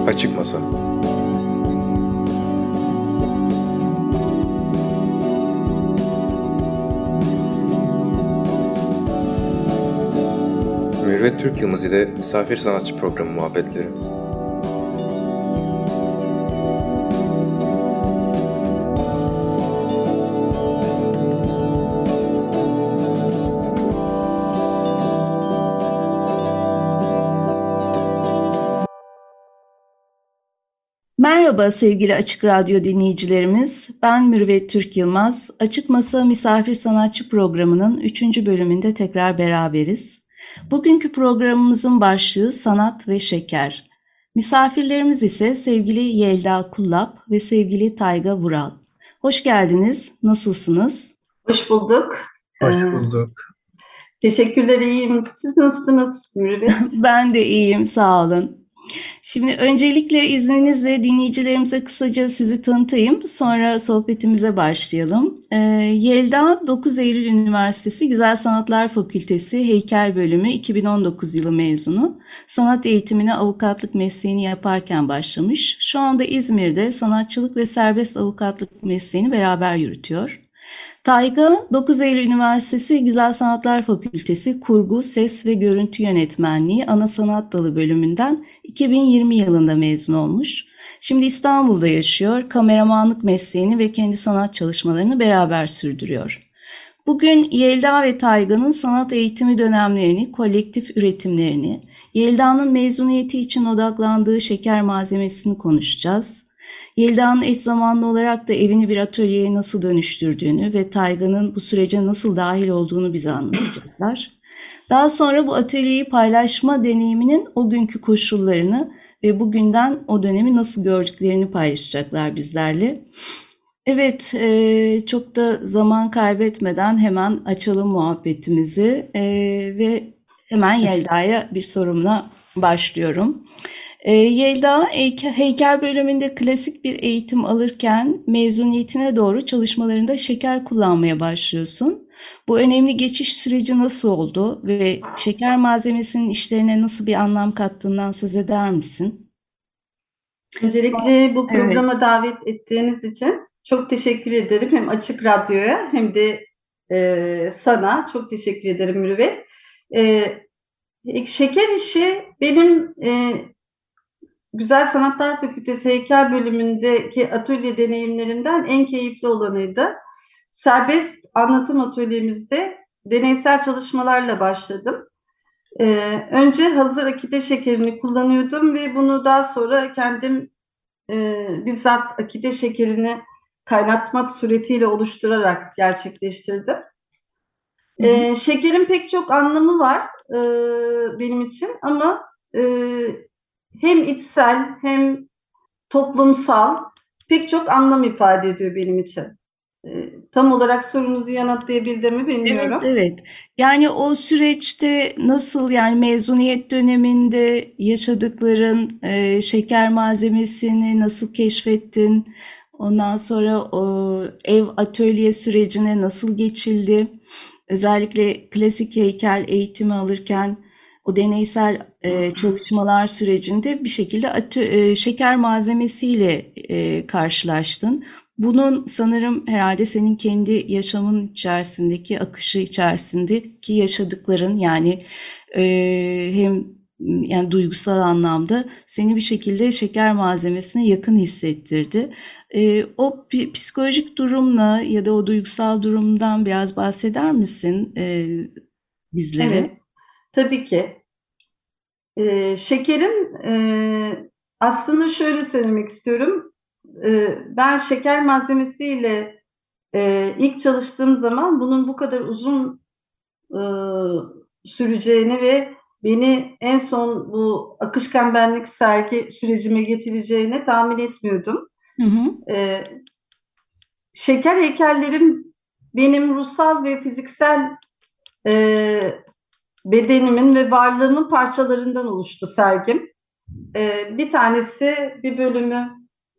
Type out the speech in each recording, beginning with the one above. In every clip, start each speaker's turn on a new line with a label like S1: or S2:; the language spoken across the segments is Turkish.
S1: Açık Masa. Mürüvvet Türk Yılmaz ile Misafir Sanatçı Programı muhabbetleri.
S2: Merhaba sevgili Açık Radyo dinleyicilerimiz. Ben Mürüvvet Türk Yılmaz. Açık Masa Misafir Sanatçı Programı'nın 3. bölümünde tekrar beraberiz. Bugünkü programımızın başlığı sanat ve şeker. Misafirlerimiz ise sevgili Yelda Kullap ve sevgili Tayga Vural. Hoş geldiniz. Nasılsınız?
S3: Hoş bulduk.
S4: Hoş bulduk.
S3: Teşekkürler, iyiyim. Siz nasılsınız Mürüvvet?
S2: Ben de iyiyim, sağ olun. Şimdi öncelikle izninizle dinleyicilerimize kısaca sizi tanıtayım. Sonra sohbetimize başlayalım. Yelda 9 Eylül Üniversitesi Güzel Sanatlar Fakültesi Heykel Bölümü 2019 yılı mezunu. Sanat eğitimine avukatlık mesleğini yaparken başlamış. Şu anda İzmir'de sanatçılık ve serbest avukatlık mesleğini beraber yürütüyor. Tayga, 9 Eylül Üniversitesi Güzel Sanatlar Fakültesi Kurgu, Ses ve Görüntü Yönetmenliği Ana Sanat Dalı bölümünden 2020 yılında mezun olmuş. Şimdi İstanbul'da yaşıyor, kameramanlık mesleğini ve kendi sanat çalışmalarını beraber sürdürüyor. Bugün Yelda ve Tayga'nın sanat eğitimi dönemlerini, kolektif üretimlerini, Yelda'nın mezuniyeti için odaklandığı şeker malzemesini konuşacağız. Yelda'nın eş zamanlı olarak da evini bir atölyeye nasıl dönüştürdüğünü ve Tayga'nın bu sürece nasıl dahil olduğunu bize anlatacaklar. Daha sonra bu atölyeyi paylaşma deneyiminin o günkü koşullarını ve bugünden o dönemi nasıl gördüklerini paylaşacaklar bizlerle. Evet, çok da zaman kaybetmeden hemen açalım muhabbetimizi ve hemen Yelda'ya bir sorumla başlıyorum. Yelda, heykel bölümünde klasik bir eğitim alırken mezuniyetine doğru çalışmalarında şeker kullanmaya başlıyorsun. Bu önemli geçiş süreci nasıl oldu ve şeker malzemesinin işlerine nasıl bir anlam kattığından söz eder misin?
S3: Öncelikle bu
S2: Evet.
S3: programa davet ettiğiniz için çok teşekkür ederim. Hem Açık Radyo'ya hem de sana çok teşekkür ederim Mürüvvet. Şeker işi benim Güzel Sanatlar Fakültesi Heykel Bölümündeki atölye deneyimlerimden en keyifli olanıydı. Serbest anlatım atölyemizde deneysel çalışmalarla başladım. Önce hazır akide şekerini kullanıyordum ve bunu daha sonra kendim bizzat akide şekerini kaynatmak suretiyle oluşturarak gerçekleştirdim.
S2: Hı hı.
S3: Şekerin pek çok anlamı var benim için ama hem içsel hem toplumsal pek çok anlam ifade ediyor benim için. Tam olarak sorunuzu yanıtlayabildim mi
S2: Evet,
S3: bilmiyorum.
S2: evet. Yani o süreçte nasıl yani mezuniyet döneminde yaşadıkların şeker malzemesini nasıl keşfettin? Ondan sonra o ev atölye sürecine nasıl geçildi? Özellikle klasik heykel eğitimi alırken o deneysel çalışmalar sürecinde bir şekilde şeker malzemesiyle karşılaştın. Bunun sanırım herhalde senin kendi yaşamın içerisindeki, akışı içerisindeki yaşadıkların yani hem yani duygusal anlamda seni bir şekilde şeker malzemesine yakın hissettirdi. O psikolojik durumla ya da o duygusal durumdan biraz bahseder misin bizlere?
S3: Evet, tabii ki. Şekerin aslında şöyle söylemek istiyorum. Ben şeker malzemesiyle ilk çalıştığım zaman bunun bu kadar uzun e, süreceğini ve beni en son bu akışkan benlik sergi sürecime getireceğini tahmin etmiyordum.
S2: Hı hı.
S3: E, Şeker heykellerim benim ruhsal ve fiziksel e, bedenimin ve varlığımın parçalarından oluştu sergim. Bir tanesi, bir bölümü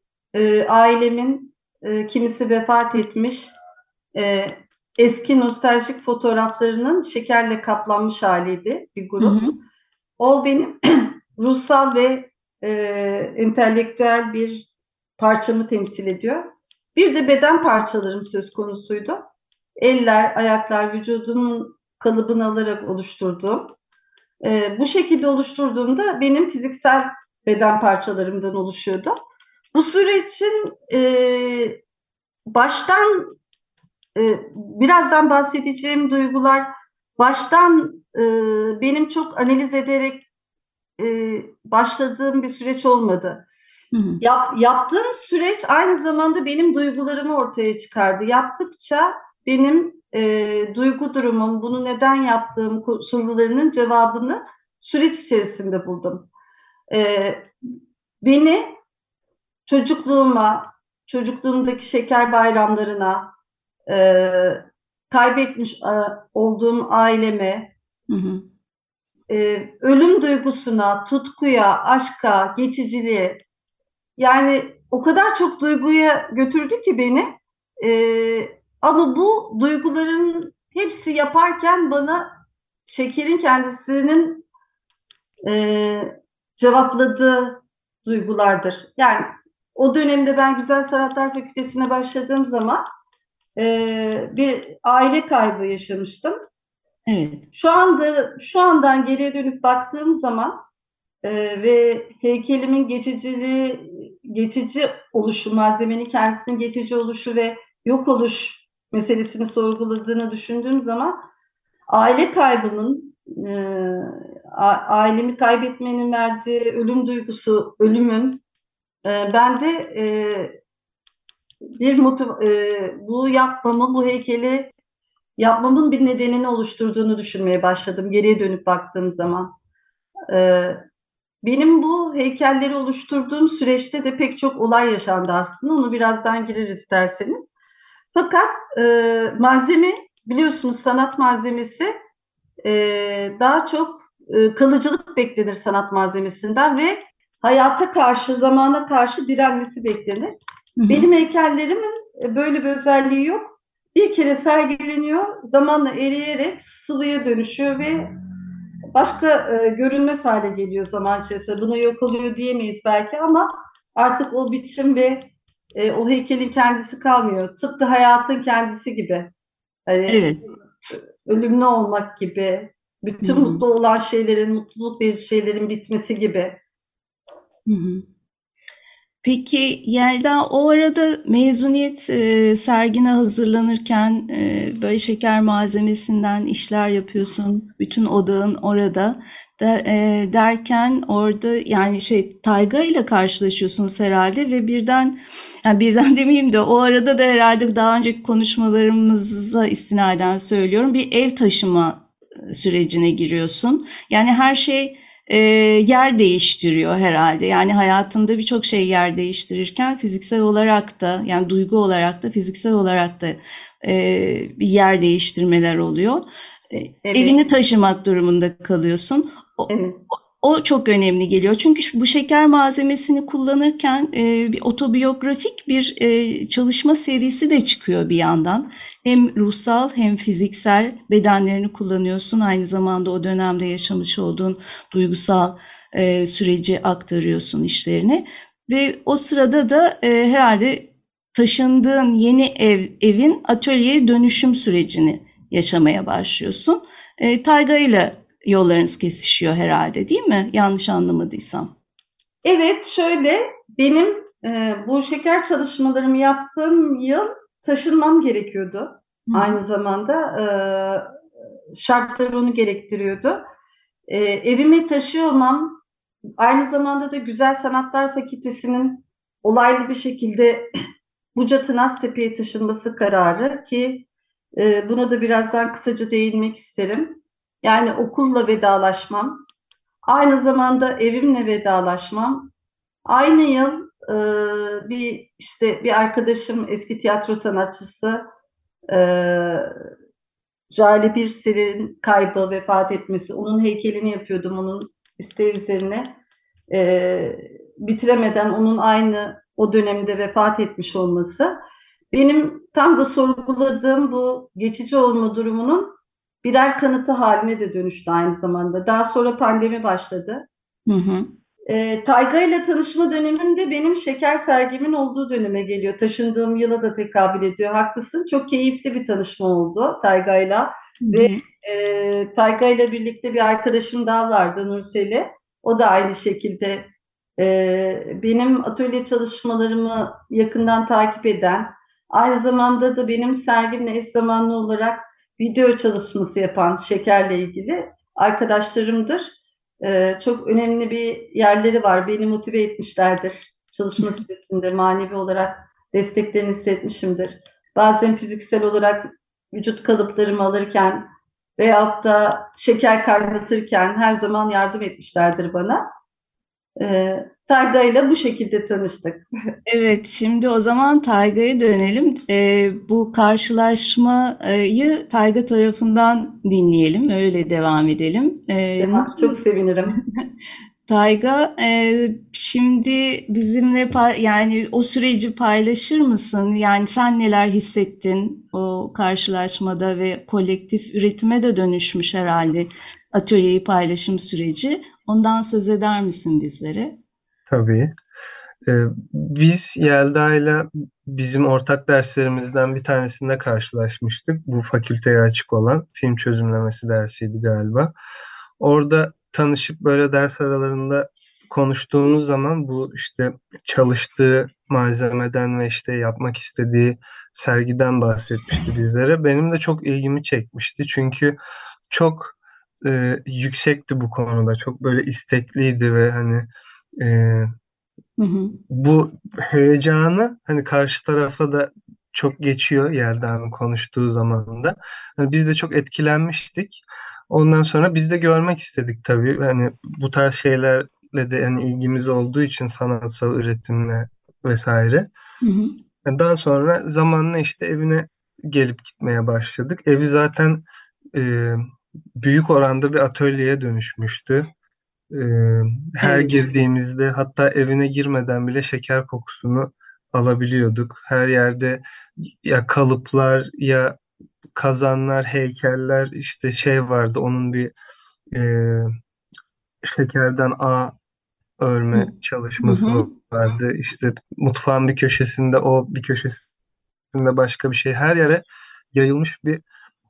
S3: ailemin kimisi vefat etmiş e, eski nostaljik fotoğraflarının şekerle kaplanmış haliydi bir
S2: Hı
S3: grup.
S2: hı.
S3: O benim ruhsal ve entelektüel bir parçamı temsil ediyor. Bir de beden parçalarım söz konusuydu. Eller, ayaklar, vücudumun kalıbını alarak oluşturduğum. Bu şekilde oluşturduğumda benim fiziksel beden parçalarımdan oluşuyordu. Bu sürecin baştan birazdan bahsedeceğim duygular baştan benim çok analiz ederek başladığım bir süreç olmadı.
S2: Hı hı.
S3: Yaptığım süreç aynı zamanda benim duygularımı ortaya çıkardı. Yaptıkça benim duygu durumum, bunu neden yaptığım sorularının cevabını süreç içerisinde buldum. Beni çocukluğumdaki şeker bayramlarına, kaybetmiş olduğum aileme,
S2: Hı hı.
S3: ölüm duygusuna, tutkuya, aşka, geçiciliğe, yani o kadar çok duyguya götürdü ki beni. Ama bu duyguların hepsi yaparken bana şekerin kendisinin cevapladığı duygulardır. Yani o dönemde ben Güzel Sanatlar Fakültesi'ne başladığım zaman bir aile kaybı yaşamıştım.
S2: Evet.
S3: Şu andan geriye dönüp baktığım zaman ve heykelimin geçici oluşu, malzemenin kendisinin geçici oluşu ve yok oluş meselesini sorguladığını düşündüğüm zaman aile kaybımın, ailemi kaybetmenin verdiği ölüm duygusu, ölümün bende bu yapmamı, bu heykeli yapmamın bir nedenini oluşturduğunu düşünmeye başladım geriye dönüp baktığım zaman. Benim bu heykelleri oluşturduğum süreçte de pek çok olay yaşandı aslında. Onu birazdan girer isterseniz. Fakat malzeme, biliyorsunuz sanat malzemesi daha çok kalıcılık beklenir sanat malzemesinden ve hayata karşı, zamana karşı direnmesi beklenir.
S2: Hı hı.
S3: Benim heykellerimin böyle bir özelliği yok. Bir kere sergileniyor, zamanla eriyerek sıvıya dönüşüyor ve başka görünmez hale geliyor zaman içerisinde. Buna yok oluyor diyemeyiz belki ama artık o biçim ve o heykelin kendisi kalmıyor. Tıpkı hayatın kendisi gibi. Hani
S2: Evet.
S3: ölümlü olmak gibi,
S2: Hı
S3: bütün
S2: hı.
S3: mutlu olan şeylerin, mutluluk verici şeylerin bitmesi gibi.
S2: Hı hı. Peki Yelda, o arada mezuniyet sergine hazırlanırken böyle şeker malzemesinden işler yapıyorsun. Bütün odağın orada derken orada yani Tayga ile karşılaşıyorsunuz herhalde ve birden, yani birden demeyeyim de o arada da herhalde daha önceki konuşmalarımıza istinaden söylüyorum, bir ev taşıma sürecine giriyorsun. Yani her şey yer değiştiriyor herhalde. Yani hayatında birçok şey yer değiştirirken fiziksel olarak da, yani duygu olarak da fiziksel olarak da bir yer değiştirmeler oluyor.
S3: Evet,
S2: Evini taşımak durumunda kalıyorsun.
S3: evet,
S2: O çok önemli geliyor. Çünkü bu şeker malzemesini kullanırken bir otobiyografik bir çalışma serisi de çıkıyor bir yandan. Hem ruhsal hem fiziksel bedenlerini kullanıyorsun. Aynı zamanda o dönemde yaşamış olduğun duygusal süreci aktarıyorsun işlerine. Ve o sırada da herhalde taşındığın yeni evin atölyeye dönüşüm sürecini yaşamaya başlıyorsun. Tayga ile yollarınız kesişiyor herhalde, değil mi? Yanlış anlamadıysam.
S3: evet, şöyle benim bu şeker çalışmalarımı yaptığım yıl taşınmam gerekiyordu.
S2: Hı hı.
S3: Aynı zamanda şartlar onu gerektiriyordu. Evimi taşıyor olmam, aynı zamanda da Güzel Sanatlar Fakültesi'nin olaylı bir şekilde Buca Tınaztepe'ye taşınması kararı ki buna da birazdan kısaca değinmek isterim. Yani okulla vedalaşmam, aynı zamanda evimle vedalaşmam. Aynı yıl bir arkadaşım, eski tiyatro sanatçısı e, Jale Birsel'in kaybı, vefat etmesi. Onun heykelini yapıyordum onun isteği üzerine. Bitiremeden onun aynı o dönemde vefat etmiş olması. Benim tam da sorguladığım bu geçici olma durumunun birer kanıtı haline de dönüştü aynı zamanda. Daha sonra pandemi başladı.
S2: Hı hı.
S3: Tayga ile tanışma dönemim de benim şeker sergimin olduğu döneme geliyor. Taşındığım yıla da tekabül ediyor. Haklısın. Çok keyifli bir tanışma oldu Tayga'yla.
S2: Hı
S3: Ve
S2: hı.
S3: Tayga ile birlikte bir arkadaşım daha vardı, Nurseli. O da aynı şekilde benim atölye çalışmalarımı yakından takip eden, aynı zamanda da benim sergimle eş zamanlı olarak video çalışması yapan şekerle ilgili arkadaşlarımdır. Çok önemli bir yerleri var. Beni motive etmişlerdir. Çalışma süresinde manevi olarak desteklerini hissetmişimdir. Bazen fiziksel olarak vücut kalıplarımı alırken veyahut da şeker kaynatırken her zaman yardım etmişlerdir bana. Tayga ile bu şekilde tanıştık.
S2: Evet, şimdi o zaman Tayga'ya dönelim. Bu karşılaşmayı Tayga tarafından dinleyelim, öyle devam edelim.
S3: Çok
S2: Nasıl
S3: sevinirim.
S2: Tayga, şimdi bizimle yani o süreci paylaşır mısın? Yani sen neler hissettin o karşılaşmada ve kolektif üretime de dönüşmüş herhalde atölyeyi paylaşım süreci. Ondan söz eder misin bizlere?
S4: Tabii. Biz Yelda'yla bizim ortak derslerimizden bir tanesinde karşılaşmıştık. Bu fakülteye açık olan film çözümlemesi dersiydi galiba. Orada tanışıp böyle ders aralarında konuştuğumuz zaman bu işte çalıştığı malzemeden ve işte yapmak istediği sergiden bahsetmişti bizlere. Benim de çok ilgimi çekmişti. Çünkü çok yüksekti bu konuda. Çok böyle istekliydi ve hani e,
S2: Hı hı.
S4: bu heyecanı hani karşı tarafa da çok geçiyor Yelda'nın konuştuğu zaman da. Hani biz de çok etkilenmiştik. Ondan sonra biz de görmek istedik tabii. Hani bu tarz şeylerle de yani ilgimiz olduğu için sanatsal üretimle vesaire.
S2: Hı hı.
S4: Yani daha sonra zamanla işte evine gelip gitmeye başladık. Evi zaten e, büyük oranda bir atölyeye dönüşmüştü. Ee, her
S2: Evet.
S4: girdiğimizde hatta evine girmeden bile şeker kokusunu alabiliyorduk. Her yerde ya kalıplar ya kazanlar, heykeller işte şey vardı. Onun bir e, şekerden ağ
S2: Hı
S4: örme
S2: hı.
S4: çalışması
S2: Hı.
S4: vardı. İşte mutfağın bir köşesinde o, bir köşesinde başka bir şey. Her yere yayılmış bir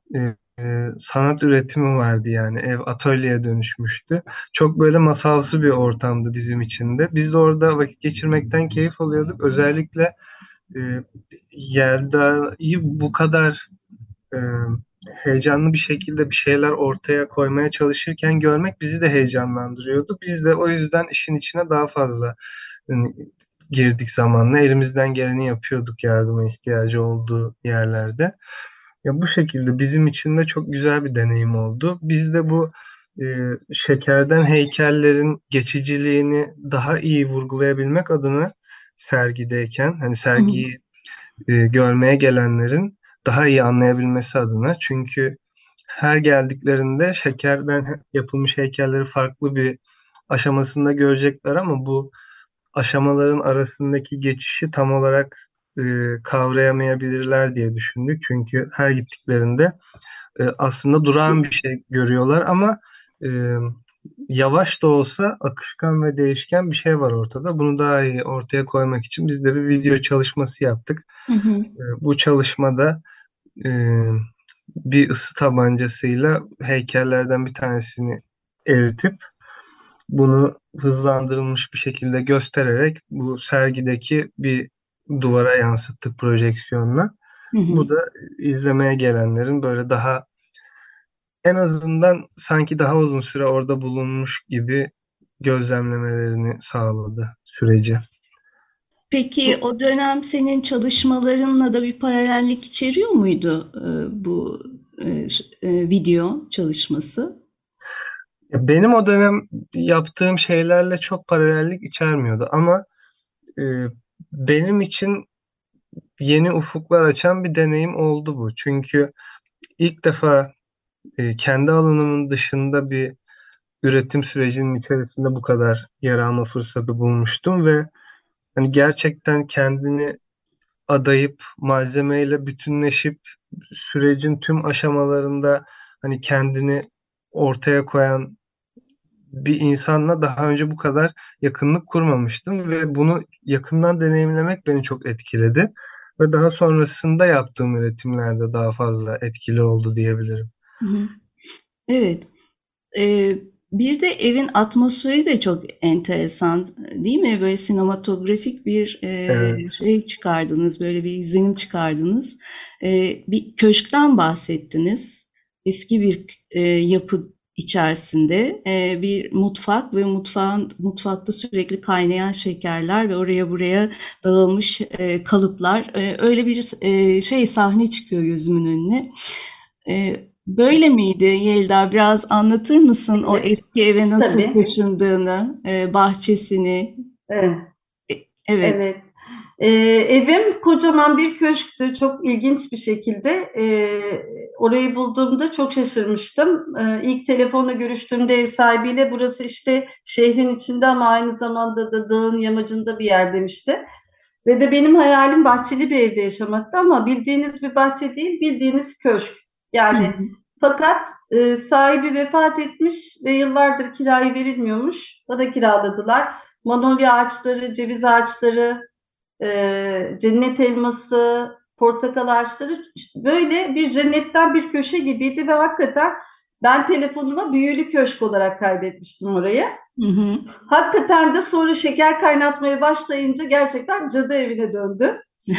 S4: sanat üretimi vardı yani ev atölyeye dönüşmüştü. Çok böyle masalsı bir ortamdı bizim için de. Biz de orada vakit geçirmekten keyif alıyorduk. Özellikle e, Yelda'yı bu kadar e, heyecanlı bir şekilde bir şeyler ortaya koymaya çalışırken görmek bizi de heyecanlandırıyordu. Biz de o yüzden işin içine daha fazla e, girdik zamanla. Elimizden geleni yapıyorduk yardıma ihtiyacı olduğu yerlerde. Ya bu şekilde bizim için de çok güzel bir deneyim oldu. Biz de bu e, şekerden heykellerin geçiciliğini daha iyi vurgulayabilmek adına sergideyken hani
S2: Hı hı.
S4: sergiyi görmeye gelenlerin daha iyi anlayabilmesi adına çünkü her geldiklerinde şekerden yapılmış heykelleri farklı bir aşamasında görecekler ama bu aşamaların arasındaki geçişi tam olarak e, kavrayamayabilirler diye düşündük. Çünkü her gittiklerinde aslında durağan bir şey görüyorlar ama e, yavaş da olsa akışkan ve değişken bir şey var ortada. Bunu daha iyi ortaya koymak için biz de bir video çalışması yaptık.
S2: Hı hı.
S4: Bu çalışmada e, bir ısı tabancasıyla heykellerden bir tanesini eritip bunu hızlandırılmış bir şekilde göstererek bu sergideki bir duvara yansıttık projeksiyonla.
S2: Hı hı.
S4: Bu da izlemeye gelenlerin böyle daha en azından sanki daha uzun süre orada bulunmuş gibi gözlemlemelerini sağladı süreci.
S2: Peki o dönem senin çalışmalarınla da bir paralellik içeriyor muydu bu video çalışması?
S4: Ya benim o dönem yaptığım şeylerle çok paralellik içermiyordu ama e, benim için yeni ufuklar açan bir deneyim oldu bu. Çünkü ilk defa kendi alanımın dışında bir üretim sürecinin içerisinde bu kadar yer alma fırsatı bulmuştum ve hani gerçekten kendini adayıp malzemeyle bütünleşip sürecin tüm aşamalarında hani kendini ortaya koyan bir insanla daha önce bu kadar yakınlık kurmamıştım ve bunu yakından deneyimlemek beni çok etkiledi. Ve daha sonrasında yaptığım üretimlerde daha fazla etkili oldu diyebilirim.
S2: Hı hı. Evet. Ee, Bir de evin atmosferi de çok enteresan, değil mi? Böyle sinematografik bir
S4: Evet.
S2: şey çıkardınız, böyle bir izlenim çıkardınız. Bir köşkten bahsettiniz. Eski bir yapı içerisinde bir mutfak ve mutfakta sürekli kaynayan şekerler ve oraya buraya dağılmış kalıplar. Öyle bir şey sahne çıkıyor gözümün önüne. Böyle miydi Yelda? Biraz anlatır mısın o
S3: Evet,
S2: eski eve nasıl
S3: tabii.
S2: taşındığını, bahçesini?
S3: Evet.
S2: E, Evet.
S3: Evet. Evim kocaman bir köşktü. Çok ilginç bir şekilde. Orayı bulduğumda çok şaşırmıştım. İlk telefonla görüştüğümde ev sahibiyle burası işte şehrin içinde ama aynı zamanda da dağın yamacında bir yer demişti. Ve de benim hayalim bahçeli bir evde yaşamaktı ama bildiğiniz bir bahçe değil, bildiğiniz köşk.
S2: Hı
S3: Yani
S2: hı.
S3: fakat sahibi vefat etmiş ve yıllardır kirayı verilmiyormuş. O da kiraladılar. Manolya ağaçları, ceviz ağaçları, cennet elması, portakal ağaçları böyle bir cennetten bir köşe gibiydi ve hakikaten ben telefonuma büyülü köşk olarak kaydetmiştim orayı.
S2: Hı hı.
S3: Hakikaten de sonra şeker kaynatmaya başlayınca gerçekten cadı evine döndü.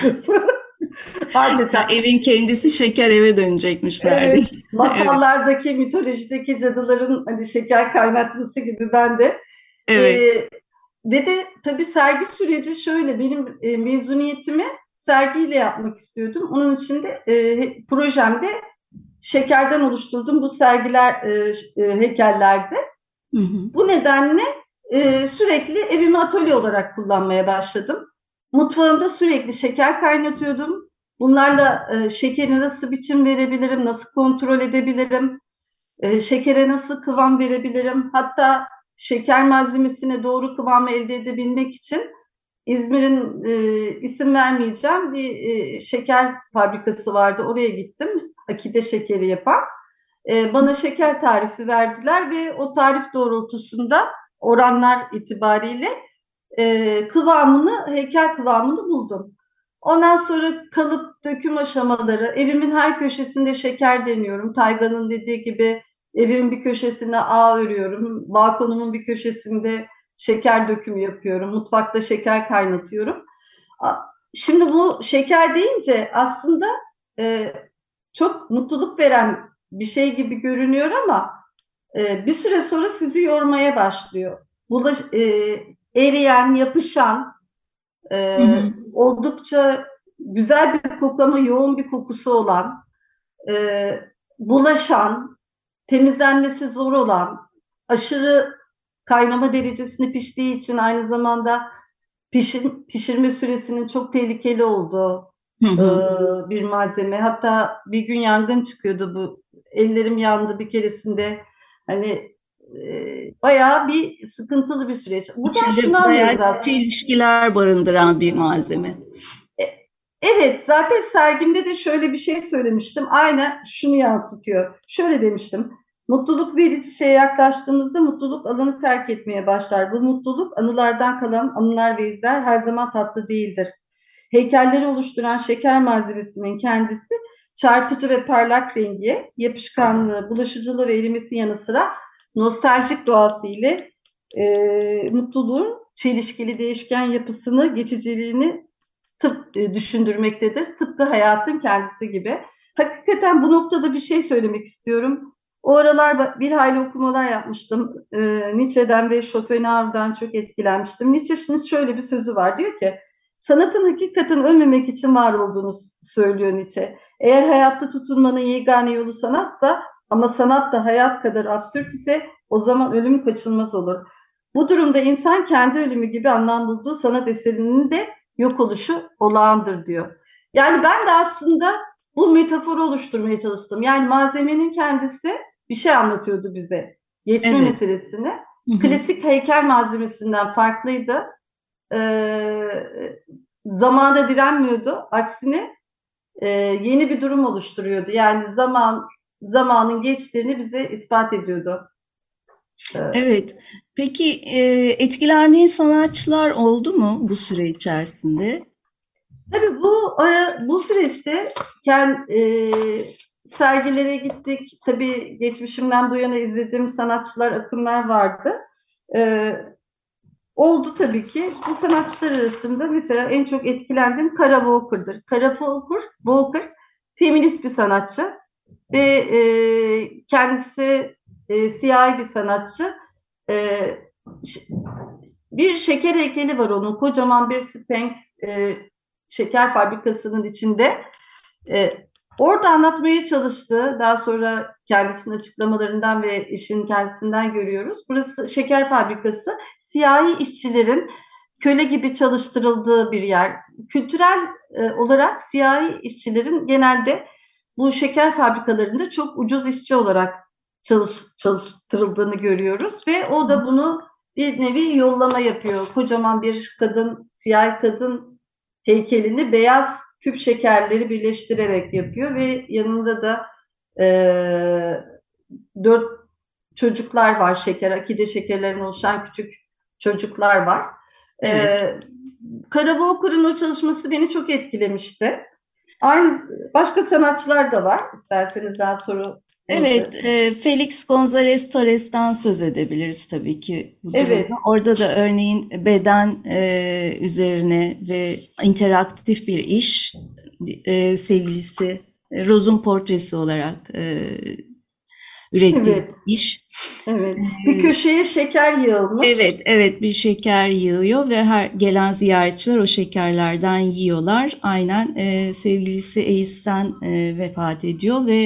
S2: Ya
S3: Hakikaten.
S2: evin kendisi şeker eve dönecekmiş
S3: Evet,
S2: neredeyse. Evet.
S3: masallardaki, mitolojideki cadıların hani şeker kaynatması gibi ben de.
S2: Evet.
S3: Ee, Ve de tabii sergi süreci şöyle, benim mezuniyetimi sergiyle yapmak istiyordum. Onun için de projemde şekerden oluşturduğum bu sergiler, heykellerde.
S2: Hı hı.
S3: Bu nedenle sürekli evimi atölye olarak kullanmaya başladım. Mutfağımda sürekli şeker kaynatıyordum. Bunlarla şekeri nasıl biçim verebilirim, nasıl kontrol edebilirim, şekere nasıl kıvam verebilirim. Hatta şeker malzemesine doğru kıvamı elde edebilmek için İzmir'in isim vermeyeceğim bir şeker fabrikası vardı. Oraya gittim. Akide şekeri yapan. Bana şeker tarifi verdiler ve o tarif doğrultusunda oranlar itibariyle kıvamını, heykel kıvamını buldum. Ondan sonra kalıp döküm aşamaları, evimin her köşesinde şeker deniyorum. Taygan'ın dediği gibi evimin bir köşesine ağ örüyorum. Balkonumun bir köşesinde şeker dökümü yapıyorum. Mutfakta şeker kaynatıyorum. Şimdi bu şeker deyince aslında e, çok mutluluk veren bir şey gibi görünüyor ama bir süre sonra sizi yormaya başlıyor. Eriyen, yapışan,
S2: Hı hı.
S3: oldukça güzel bir koku ama yoğun bir kokusu olan, e, bulaşan, temizlenmesi zor olan, aşırı kaynama derecesini piştiği için aynı zamanda pişirme süresinin çok tehlikeli olduğu
S2: Hı
S3: e,
S2: hı.
S3: bir malzeme. Hatta bir gün yangın çıkıyordu bu. Ellerim yandı bir keresinde. Hani bayağı bir sıkıntılı bir süreç. Buradan şunu
S2: İçinde bayağı
S3: anlıyoruz aslında.
S2: çelişkiler barındıran bir malzeme.
S3: E, Evet, zaten sergimde de şöyle bir şey söylemiştim. Aynen şunu yansıtıyor. Şöyle demiştim. Mutluluk verici şeye yaklaştığımızda mutluluk alanı terk etmeye başlar. Bu mutluluk anılardan kalan anılar ve izler her zaman tatlı değildir. Heykelleri oluşturan şeker malzemesinin kendisi çarpıcı ve parlak rengi, yapışkanlığı, bulaşıcılığı ve erimesi yanı sıra nostaljik doğası ile mutluluğun çelişkili değişken yapısını, geçiciliğini düşündürmektedir. Tıpkı hayatın kendisi gibi. Hakikaten bu noktada bir şey söylemek istiyorum. O aralar bir hayli okumalar yapmıştım. Nietzsche'den ve Schopenhauer'dan çok etkilenmiştim. Nietzsche'nin şöyle bir sözü var. Diyor ki, sanatın hakikaten ölmemek için var olduğunu söylüyor Nietzsche. Eğer hayatta tutunmanın yegane yolu sanatsa ama sanat da hayat kadar absürt ise o zaman ölüm kaçınılmaz olur. Bu durumda insan kendi ölümü gibi anlam bulduğu sanat eserinin de yok oluşu olağandır diyor. Yani ben de aslında bu metaforu oluşturmaya çalıştım. Yani malzemenin kendisi bir şey anlatıyordu bize. Geçme
S2: Evet.
S3: meselesini.
S2: Hı hı.
S3: Klasik heykel malzemesinden farklıydı. Zamana direnmiyordu. Aksine yeni bir durum oluşturuyordu. Yani zamanın geçtiğini bize ispat ediyordu.
S2: Evet. Peki etkilendiğin sanatçılar oldu mu bu süre içerisinde?
S3: Tabii bu süreçte sergilere gittik. Tabii geçmişimden bu yana izlediğim sanatçılar, akımlar vardı. E, Oldu tabii ki. Bu sanatçılar arasında mesela en çok etkilendiğim Kara Walker'dır. Walker feminist bir sanatçı ve kendisi siyahi bir sanatçı. E, Bir şeker heykeli var onun. Kocaman bir Sphinx şeker fabrikasının içinde. E, Orada anlatmaya çalıştı. Daha sonra kendisinin açıklamalarından ve işin kendisinden görüyoruz. Burası şeker fabrikası. Siyahi işçilerin köle gibi çalıştırıldığı bir yer. Kültürel olarak siyahi işçilerin genelde bu şeker fabrikalarında çok ucuz işçi olarak çalıştırıldığını görüyoruz ve o da bunu bir nevi yollama yapıyor. Kocaman bir kadın, siyahi kadın heykelini beyaz küp şekerleri birleştirerek yapıyor ve yanında da e, 4 çocuklar var, akide şekerlerin oluşan küçük çocuklar var.
S2: Evet.
S3: Kara Walker'ın o çalışması beni çok etkilemişti. Başka sanatçılar da var. İsterseniz daha soru olursa.
S2: Evet, Felix González Torres'ten söz edebiliriz tabii ki bu
S3: Evet,
S2: durumda. Orada da örneğin beden üzerine ve interaktif bir iş, sevgilisi Rose'un portresi olarak ürettiği
S3: evet,
S2: bir iş.
S3: evet. Bir köşeye şeker yığılmış.
S2: Evet, evet bir şeker yığıyor ve her gelen ziyaretçiler o şekerlerden yiyorlar. Aynen sevgilisi Ace'den vefat ediyor ve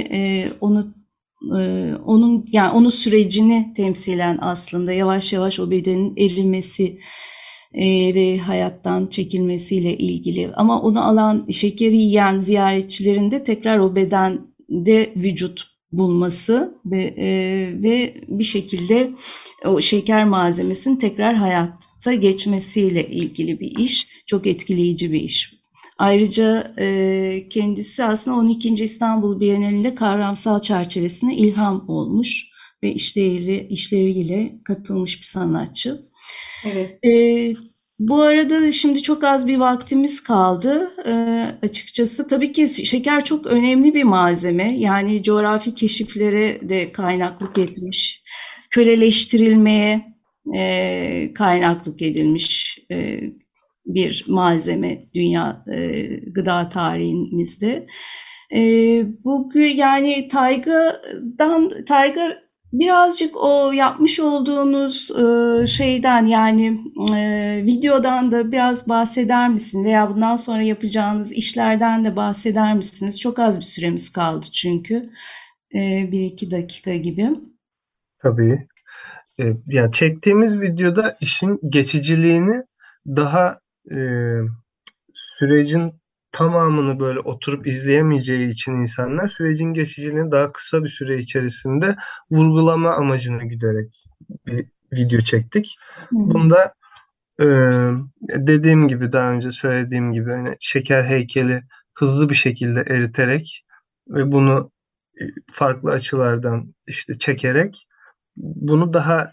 S2: onun yani onun sürecini temsilen aslında yavaş yavaş o bedenin erimesi ve hayattan çekilmesiyle ilgili. Ama onu alan şekeri yiyen ziyaretçilerin de tekrar o bedende vücut bulması ve bir şekilde o şeker malzemesinin tekrar hayata geçmesiyle ilgili bir iş. Çok etkileyici bir iş. Ayrıca kendisi aslında 12. İstanbul Bienalinde kavramsal çerçevesine ilham olmuş ve işleriyle katılmış bir sanatçı.
S3: Evet.
S2: Bu arada da şimdi çok az bir vaktimiz kaldı. Açıkçası tabii ki şeker çok önemli bir malzeme. Yani coğrafi keşiflere de kaynaklık etmiş. Köleleştirilmeye kaynaklık edilmiş bir malzeme dünya gıda tarihimizde. Bugün yani Tayga birazcık o yapmış olduğunuz şeyden yani videodan da biraz bahseder misin? Veya bundan sonra yapacağınız işlerden de bahseder misiniz? Çok az bir süremiz kaldı çünkü. Bir iki dakika gibi.
S4: Tabii. Yani çektiğimiz videoda işin geçiciliğini daha e, sürecin tamamını böyle oturup izleyemeyeceği için insanlar sürecin geçiciliğini daha kısa bir süre içerisinde vurgulama amacına giderek bir video çektik.
S2: Hı hı.
S4: Bunda e, dediğim gibi daha önce söylediğim gibi hani şeker heykeli hızlı bir şekilde eriterek ve bunu farklı açılardan işte çekerek bunu daha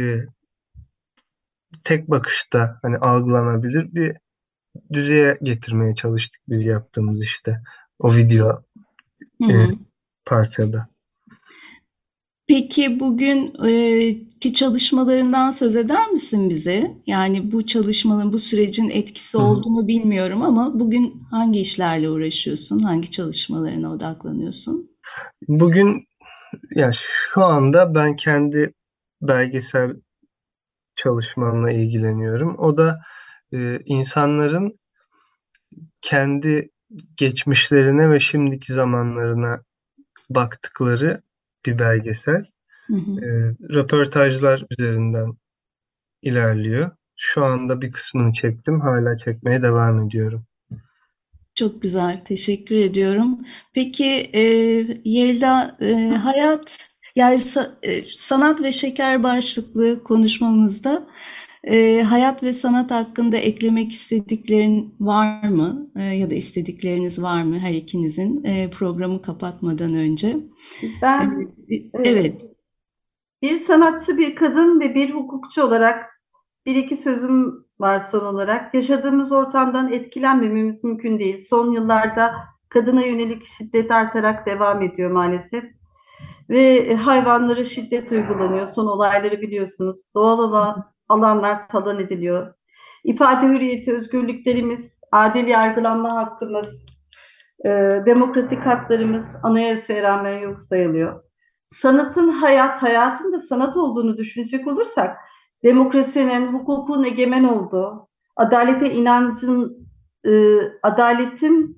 S4: tek bakışta hani algılanabilir bir düzeye getirmeye çalıştık biz yaptığımız işte o video
S2: Hı
S4: e,
S2: hı.
S4: parçada.
S2: Peki bugün ki çalışmalarından söz eder misin bize? Yani bu çalışmanın, bu sürecin etkisi
S4: Hı hı.
S2: olduğunu bilmiyorum ama bugün hangi işlerle uğraşıyorsun? Hangi çalışmalarına odaklanıyorsun?
S4: Bugün yani şu anda ben kendi belgesel çalışmamla ilgileniyorum. O da insanların kendi geçmişlerine ve şimdiki zamanlarına baktıkları bir belgesel.
S2: Hı hı.
S4: E, Röportajlar üzerinden ilerliyor. Şu anda bir kısmını çektim. Hala çekmeye devam ediyorum.
S2: Çok güzel, teşekkür ediyorum. Peki Yelda, hayat, yani sanat ve şeker başlıklı konuşmamızda hayat ve sanat hakkında eklemek istediklerin var mı? Ya da istedikleriniz var mı her ikinizin programı kapatmadan önce? E,
S3: Ben e,
S2: evet,
S3: Bir sanatçı, bir kadın ve bir hukukçu olarak bir iki sözüm var son olarak. Yaşadığımız ortamdan etkilenmememiz mümkün değil. Son yıllarda kadına yönelik şiddet artarak devam ediyor maalesef. Ve hayvanlara şiddet uygulanıyor. Son olayları biliyorsunuz. Doğal alanlar talan ediliyor. İfade hürriyeti, özgürlüklerimiz, adil yargılanma hakkımız, demokratik haklarımız anayasaya rağmen yok sayılıyor. Sanatın hayatın da sanat olduğunu düşünecek olursak, demokrasinin, hukukun egemen olduğu, adalete inancın, adaletin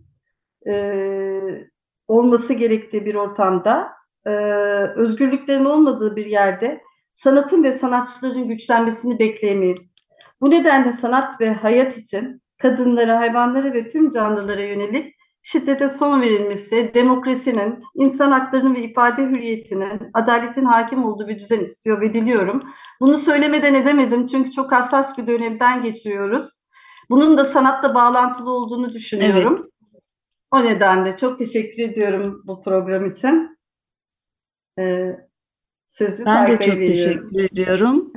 S3: olması gerektiği bir ortamda, e, özgürlüklerin olmadığı bir yerde sanatın ve sanatçıların güçlenmesini bekleyemeyiz. Bu nedenle sanat ve hayat için kadınlara, hayvanlara ve tüm canlılara yönelik şiddete son verilmesi, demokrasinin, insan haklarının ve ifade hürriyetinin, adaletin hakim olduğu bir düzen istiyor ve diliyorum. Bunu söylemeden edemedim çünkü çok hassas bir dönemden geçiyoruz. Bunun da sanatla bağlantılı olduğunu düşünüyorum.
S2: Evet,
S3: O nedenle çok teşekkür ediyorum bu program için. Ee, Sözü
S2: ben de
S3: Tayka'ya
S2: çok
S3: veriyorum.
S2: teşekkür ediyorum.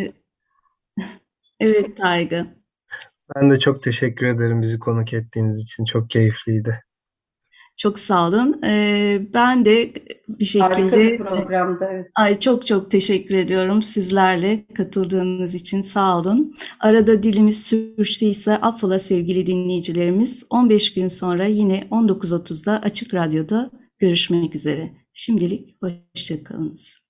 S2: Evet Tayga.
S4: Ben de çok teşekkür ederim bizi konuk ettiğiniz için. Çok keyifliydi.
S2: Çok sağ olun. Ben de bir
S3: Harika bir
S2: şekilde
S3: programdı. Evet.
S2: çok çok teşekkür ediyorum sizlerle katıldığınız için sağ olun. Arada dilimiz sürçtüyse affola sevgili dinleyicilerimiz. 15 gün sonra yine 19.30'da Açık Radyo'da görüşmek üzere. Şimdilik hoşça kalınız.